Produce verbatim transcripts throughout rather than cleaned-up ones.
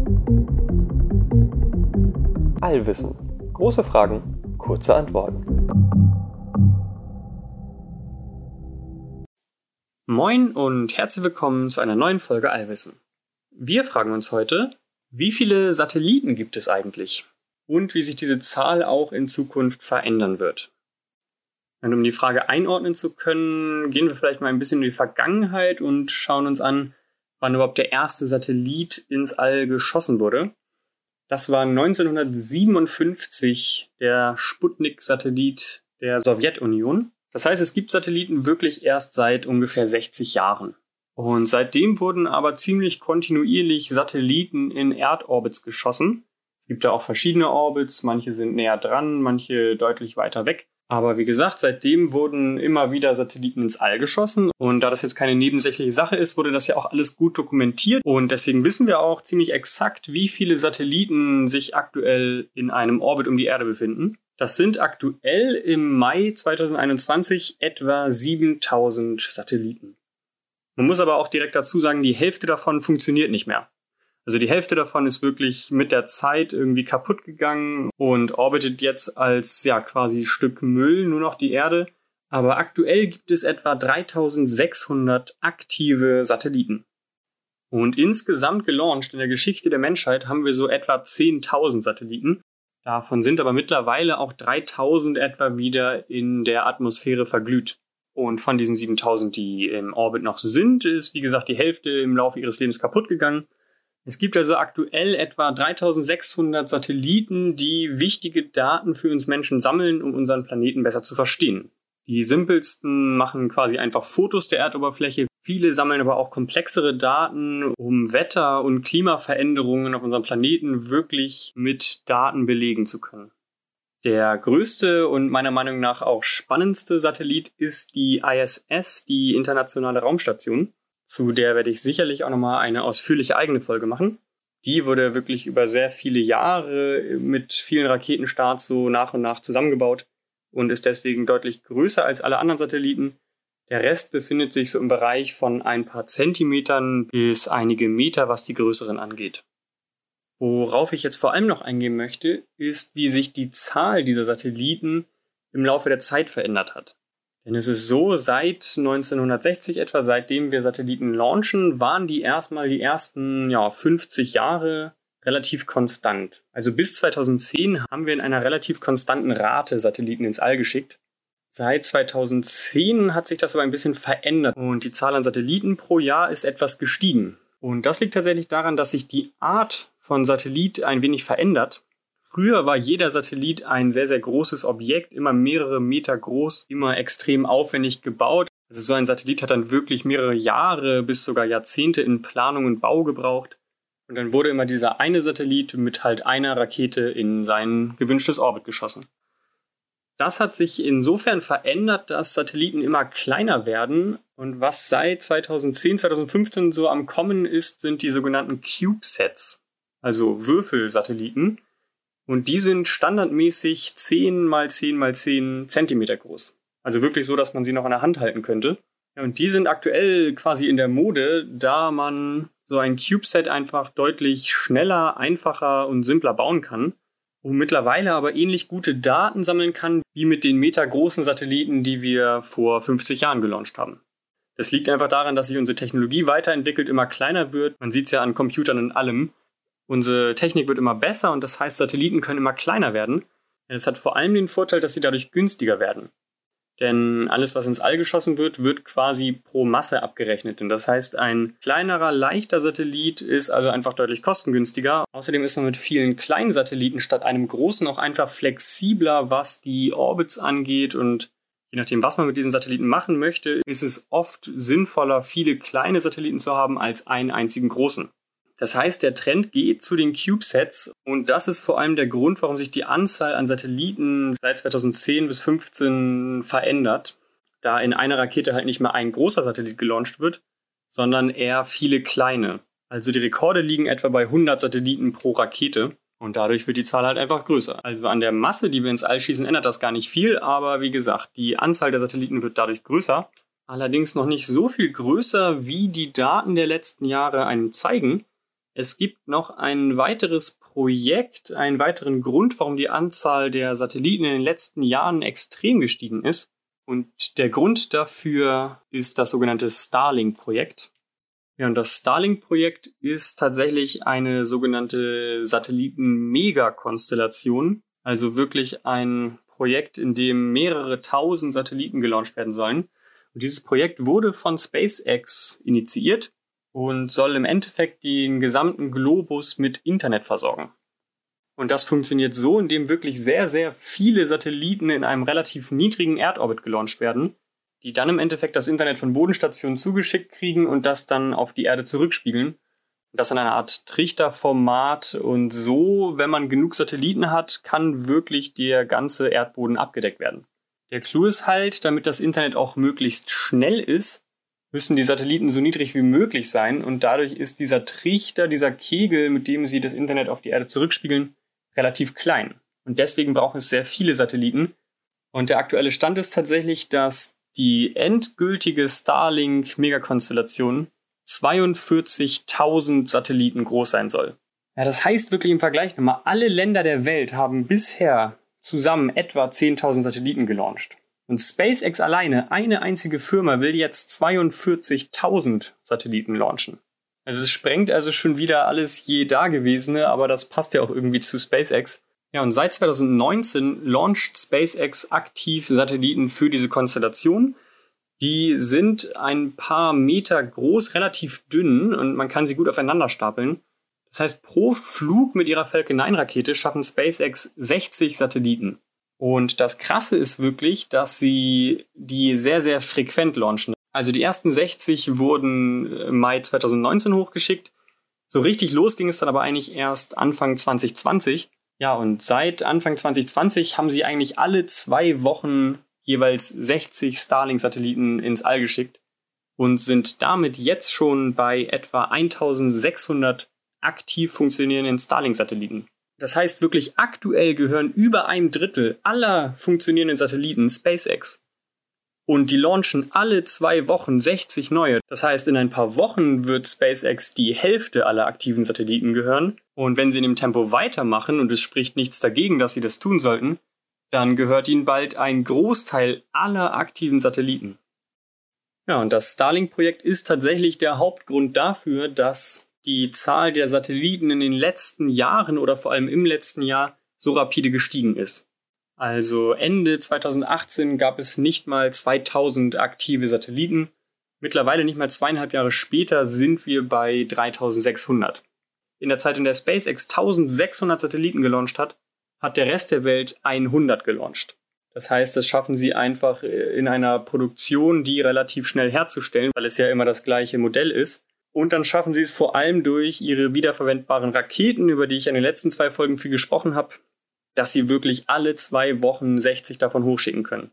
Allwissen. Große Fragen, kurze Antworten. Moin und herzlich willkommen zu einer neuen Folge Allwissen. Wir fragen uns heute, wie viele Satelliten gibt es eigentlich? Und wie sich diese Zahl auch in Zukunft verändern wird. Und um die Frage einordnen zu können, gehen wir vielleicht mal ein bisschen in die Vergangenheit und schauen uns an, wann überhaupt der erste Satellit ins All geschossen wurde. Das war neunzehnhundertsiebenundfünfzig der Sputnik-Satellit der Sowjetunion. Das heißt, es gibt Satelliten wirklich erst seit ungefähr sechzig Jahren. Und seitdem wurden aber ziemlich kontinuierlich Satelliten in Erdorbits geschossen. Es gibt da auch verschiedene Orbits, manche sind näher dran, manche deutlich weiter weg. Aber wie gesagt, seitdem wurden immer wieder Satelliten ins All geschossen. Und da das jetzt keine nebensächliche Sache ist, wurde das ja auch alles gut dokumentiert. Und deswegen wissen wir auch ziemlich exakt, wie viele Satelliten sich aktuell in einem Orbit um die Erde befinden. Das sind aktuell im Mai zweitausendeinundzwanzig etwa siebentausend Satelliten. Man muss aber auch direkt dazu sagen, die Hälfte davon funktioniert nicht mehr. Also die Hälfte davon ist wirklich mit der Zeit irgendwie kaputt gegangen und orbitet jetzt als ja quasi Stück Müll nur noch die Erde. Aber aktuell gibt es etwa dreitausendsechshundert aktive Satelliten. Und insgesamt gelauncht in der Geschichte der Menschheit haben wir so etwa zehntausend Satelliten. Davon sind aber mittlerweile auch dreitausend etwa wieder in der Atmosphäre verglüht. Und von diesen siebentausend, die im Orbit noch sind, ist wie gesagt die Hälfte im Laufe ihres Lebens kaputt gegangen. Es gibt also aktuell etwa dreitausendsechshundert Satelliten, die wichtige Daten für uns Menschen sammeln, um unseren Planeten besser zu verstehen. Die simpelsten machen quasi einfach Fotos der Erdoberfläche. Viele sammeln aber auch komplexere Daten, um Wetter- und Klimaveränderungen auf unserem Planeten wirklich mit Daten belegen zu können. Der größte und meiner Meinung nach auch spannendste Satellit ist die I S S, die Internationale Raumstation. Zu der werde ich sicherlich auch nochmal eine ausführliche eigene Folge machen. Die wurde wirklich über sehr viele Jahre mit vielen Raketenstarts so nach und nach zusammengebaut und ist deswegen deutlich größer als alle anderen Satelliten. Der Rest befindet sich so im Bereich von ein paar Zentimetern bis einige Meter, was die größeren angeht. Worauf ich jetzt vor allem noch eingehen möchte, ist, wie sich die Zahl dieser Satelliten im Laufe der Zeit verändert hat. Denn es ist so, seit neunzehnhundertsechzig etwa, seitdem wir Satelliten launchen, waren die erstmal die ersten ja, fünfzig Jahre relativ konstant. Also bis zweitausendzehn haben wir in einer relativ konstanten Rate Satelliten ins All geschickt. Seit zweitausendzehn hat sich das aber ein bisschen verändert und die Zahl an Satelliten pro Jahr ist etwas gestiegen. Und das liegt tatsächlich daran, dass sich die Art von Satellit ein wenig verändert. Früher war jeder Satellit ein sehr, sehr großes Objekt, immer mehrere Meter groß, immer extrem aufwendig gebaut. Also so ein Satellit hat dann wirklich mehrere Jahre bis sogar Jahrzehnte in Planung und Bau gebraucht. Und dann wurde immer dieser eine Satellit mit halt einer Rakete in sein gewünschtes Orbit geschossen. Das hat sich insofern verändert, dass Satelliten immer kleiner werden. Und was seit zweitausendzehn, zweitausendfünfzehn so am Kommen ist, sind die sogenannten CubeSats, also Würfelsatelliten. Und die sind standardmäßig zehn mal zehn mal zehn Zentimeter groß. Also wirklich so, dass man sie noch in der Hand halten könnte. Ja, und die sind aktuell quasi in der Mode, da man so ein CubeSat einfach deutlich schneller, einfacher und simpler bauen kann. Und mittlerweile aber ähnlich gute Daten sammeln kann, wie mit den metergroßen Satelliten, die wir vor fünfzig Jahren gelauncht haben. Das liegt einfach daran, dass sich unsere Technologie weiterentwickelt, immer kleiner wird. Man sieht es ja an Computern und allem. Unsere Technik wird immer besser und das heißt, Satelliten können immer kleiner werden. Es hat vor allem den Vorteil, dass sie dadurch günstiger werden. Denn alles, was ins All geschossen wird, wird quasi pro Masse abgerechnet. Und das heißt, ein kleinerer, leichter Satellit ist also einfach deutlich kostengünstiger. Außerdem ist man mit vielen kleinen Satelliten statt einem großen auch einfach flexibler, was die Orbits angeht. Und je nachdem, was man mit diesen Satelliten machen möchte, ist es oft sinnvoller, viele kleine Satelliten zu haben, als einen einzigen großen. Das heißt, der Trend geht zu den CubeSats und das ist vor allem der Grund, warum sich die Anzahl an Satelliten seit zweitausendzehn bis zweitausendfünfzehn verändert, da in einer Rakete halt nicht mehr ein großer Satellit gelauncht wird, sondern eher viele kleine. Also die Rekorde liegen etwa bei hundert Satelliten pro Rakete und dadurch wird die Zahl halt einfach größer. Also an der Masse, die wir ins All schießen, ändert das gar nicht viel, aber wie gesagt, die Anzahl der Satelliten wird dadurch größer. Allerdings noch nicht so viel größer, wie die Daten der letzten Jahre einem zeigen. Es gibt noch ein weiteres Projekt, einen weiteren Grund, warum die Anzahl der Satelliten in den letzten Jahren extrem gestiegen ist. Und der Grund dafür ist das sogenannte Starlink-Projekt. Ja, und das Starlink-Projekt ist tatsächlich eine sogenannte Satelliten-Megakonstellation. Also wirklich ein Projekt, in dem mehrere tausend Satelliten gelauncht werden sollen. Und dieses Projekt wurde von SpaceX initiiert und soll im Endeffekt den gesamten Globus mit Internet versorgen. Und das funktioniert so, indem wirklich sehr, sehr viele Satelliten in einem relativ niedrigen Erdorbit gelauncht werden, die dann im Endeffekt das Internet von Bodenstationen zugeschickt kriegen und das dann auf die Erde zurückspiegeln. Das in einer Art Trichterformat, und so, wenn man genug Satelliten hat, kann wirklich der ganze Erdboden abgedeckt werden. Der Clou ist halt, damit das Internet auch möglichst schnell ist, müssen die Satelliten so niedrig wie möglich sein, und dadurch ist dieser Trichter, dieser Kegel, mit dem sie das Internet auf die Erde zurückspiegeln, relativ klein. Und deswegen brauchen es sehr viele Satelliten. Und der aktuelle Stand ist tatsächlich, dass die endgültige Starlink-Megakonstellation zweiundvierzigtausend Satelliten groß sein soll. Ja, das heißt wirklich im Vergleich nochmal, alle Länder der Welt haben bisher zusammen etwa zehntausend Satelliten gelauncht. Und SpaceX alleine, eine einzige Firma, will jetzt zweiundvierzigtausend Satelliten launchen. Also es sprengt also schon wieder alles je Dagewesene, aber das passt ja auch irgendwie zu SpaceX. Ja, und seit zweitausendneunzehn launcht SpaceX aktiv Satelliten für diese Konstellation. Die sind ein paar Meter groß, relativ dünn, und man kann sie gut aufeinander stapeln. Das heißt, pro Flug mit ihrer Falcon neun Rakete schaffen SpaceX sechzig Satelliten. Und das Krasse ist wirklich, dass sie die sehr, sehr frequent launchen. Also die ersten sechzig wurden im Mai zweitausendneunzehn hochgeschickt. So richtig los ging es dann aber eigentlich erst Anfang zwanzig zwanzig. Ja, und seit Anfang zwanzig zwanzig haben sie eigentlich alle zwei Wochen jeweils sechzig Starlink-Satelliten ins All geschickt und sind damit jetzt schon bei etwa eintausendsechshundert aktiv funktionierenden Starlink-Satelliten. Das heißt wirklich, aktuell gehören über ein Drittel aller funktionierenden Satelliten SpaceX. Und die launchen alle zwei Wochen sechzig neue. Das heißt, in ein paar Wochen wird SpaceX die Hälfte aller aktiven Satelliten gehören. Und wenn sie in dem Tempo weitermachen, und es spricht nichts dagegen, dass sie das tun sollten, dann gehört ihnen bald ein Großteil aller aktiven Satelliten. Ja, und das Starlink-Projekt ist tatsächlich der Hauptgrund dafür, dass die Zahl der Satelliten in den letzten Jahren oder vor allem im letzten Jahr so rapide gestiegen ist. Also Ende zweitausendachtzehn gab es nicht mal zweitausend aktive Satelliten. Mittlerweile, nicht mal zweieinhalb Jahre später, sind wir bei dreitausendsechshundert. In der Zeit, in der SpaceX eintausendsechshundert Satelliten gelauncht hat, hat der Rest der Welt hundert gelauncht. Das heißt, das schaffen sie einfach in einer Produktion, die relativ schnell herzustellen, weil es ja immer das gleiche Modell ist. Und dann schaffen sie es vor allem durch ihre wiederverwendbaren Raketen, über die ich in den letzten zwei Folgen viel gesprochen habe, dass sie wirklich alle zwei Wochen sechzig davon hochschicken können.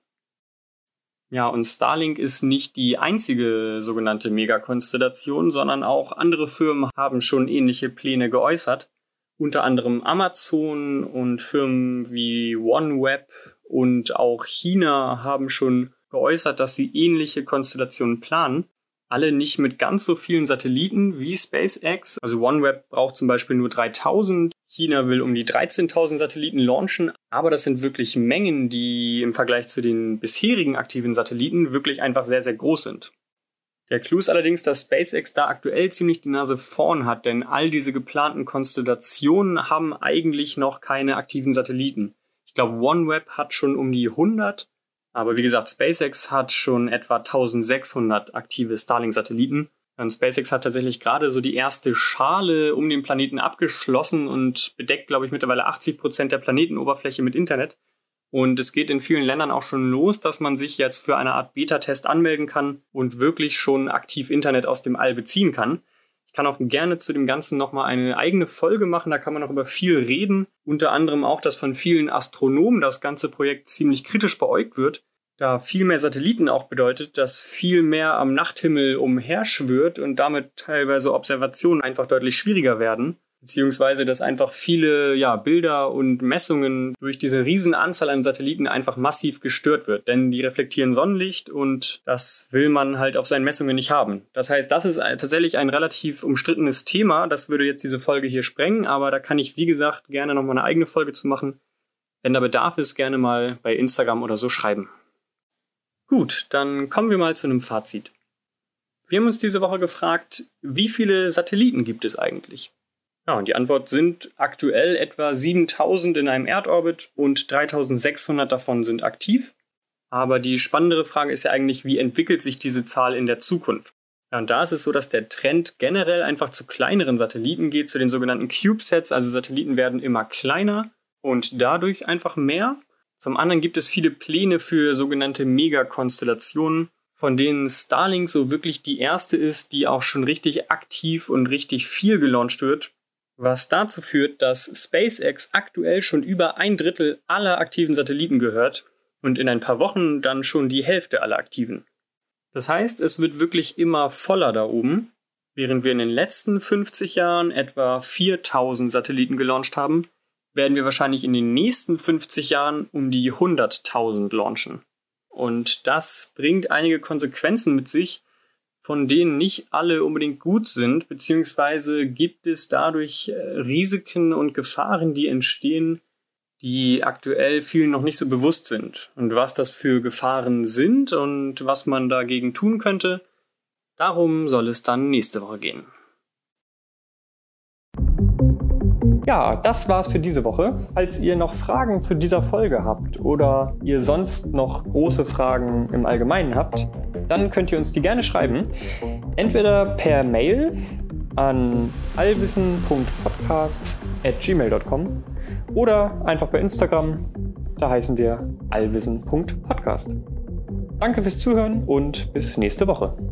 Ja, und Starlink ist nicht die einzige sogenannte Megakonstellation, sondern auch andere Firmen haben schon ähnliche Pläne geäußert. Unter anderem Amazon und Firmen wie OneWeb und auch China haben schon geäußert, dass sie ähnliche Konstellationen planen. Alle nicht mit ganz so vielen Satelliten wie SpaceX. Also OneWeb braucht zum Beispiel nur dreitausend. China will um die dreizehntausend Satelliten launchen. Aber das sind wirklich Mengen, die im Vergleich zu den bisherigen aktiven Satelliten wirklich einfach sehr, sehr groß sind. Der Clou ist allerdings, dass SpaceX da aktuell ziemlich die Nase vorn hat, denn all diese geplanten Konstellationen haben eigentlich noch keine aktiven Satelliten. Ich glaube, OneWeb hat schon um die hundert, aber wie gesagt, SpaceX hat schon etwa eintausendsechshundert aktive Starlink-Satelliten. Und SpaceX hat tatsächlich gerade so die erste Schale um den Planeten abgeschlossen und bedeckt, glaube ich, mittlerweile achtzig Prozent der Planetenoberfläche mit Internet. Und es geht in vielen Ländern auch schon los, dass man sich jetzt für eine Art Beta-Test anmelden kann und wirklich schon aktiv Internet aus dem All beziehen kann. Ich kann auch gerne zu dem Ganzen nochmal eine eigene Folge machen, da kann man noch über viel reden. Unter anderem auch, dass von vielen Astronomen das ganze Projekt ziemlich kritisch beäugt wird, da viel mehr Satelliten auch bedeutet, dass viel mehr am Nachthimmel umherschwirrt und damit teilweise Observationen einfach deutlich schwieriger werden. beziehungsweise dass einfach viele ja, Bilder und Messungen durch diese riesen Anzahl an Satelliten einfach massiv gestört wird. Denn die reflektieren Sonnenlicht und das will man halt auf seinen Messungen nicht haben. Das heißt, das ist tatsächlich ein relativ umstrittenes Thema. Das würde jetzt diese Folge hier sprengen, aber da kann ich, wie gesagt, gerne nochmal eine eigene Folge zu machen. Wenn da Bedarf ist, gerne mal bei Instagram oder so schreiben. Gut, dann kommen wir mal zu einem Fazit. Wir haben uns diese Woche gefragt, wie viele Satelliten gibt es eigentlich? Ja, und die Antwort sind aktuell etwa siebentausend in einem Erdorbit und dreitausendsechshundert davon sind aktiv. Aber die spannendere Frage ist ja eigentlich, wie entwickelt sich diese Zahl in der Zukunft? Ja, und da ist es so, dass der Trend generell einfach zu kleineren Satelliten geht, zu den sogenannten CubeSats, also Satelliten werden immer kleiner und dadurch einfach mehr. Zum anderen gibt es viele Pläne für sogenannte Megakonstellationen, von denen Starlink so wirklich die erste ist, die auch schon richtig aktiv und richtig viel gelauncht wird. Was dazu führt, dass SpaceX aktuell schon über ein Drittel aller aktiven Satelliten gehört und in ein paar Wochen dann schon die Hälfte aller aktiven. Das heißt, es wird wirklich immer voller da oben. Während wir in den letzten fünfzig Jahren etwa viertausend Satelliten gelauncht haben, werden wir wahrscheinlich in den nächsten fünfzig Jahren um die hunderttausend launchen. Und das bringt einige Konsequenzen mit sich, von denen nicht alle unbedingt gut sind, beziehungsweise gibt es dadurch Risiken und Gefahren, die entstehen, die aktuell vielen noch nicht so bewusst sind. Und was das für Gefahren sind und was man dagegen tun könnte, darum soll es dann nächste Woche gehen. Ja, das war's für diese Woche. Falls ihr noch Fragen zu dieser Folge habt oder ihr sonst noch große Fragen im Allgemeinen habt, dann könnt ihr uns die gerne schreiben. Entweder per Mail an allwissen punkt podcast at gmail punkt com oder einfach bei Instagram. Da heißen wir allwissen punkt podcast. Danke fürs Zuhören und bis nächste Woche.